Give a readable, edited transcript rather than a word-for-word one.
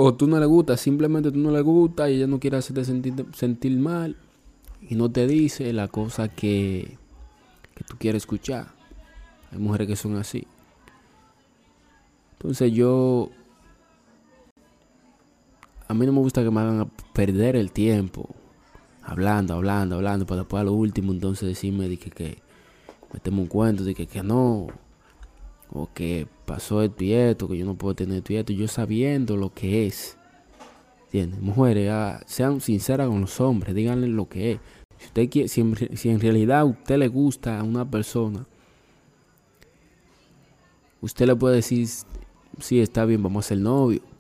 O tú no le gustas, simplemente tú no le gustas y ella no quiere hacerte sentir mal y no te dice la cosa que tú quieres escuchar. Hay mujeres que son así. Entonces a mí no me gusta que me hagan perder el tiempo hablando, para después a lo último entonces decirme de que metemos un cuento, de que no, o que pasó esto y esto, que yo no puedo tener esto y esto, yo sabiendo lo que es. ¿Entiendes? Mujeres, sean sinceras con los hombres, díganle lo que es. Si usted quiere, si en realidad a usted le gusta a una persona, usted le puede decir, sí, está bien, vamos a ser novios.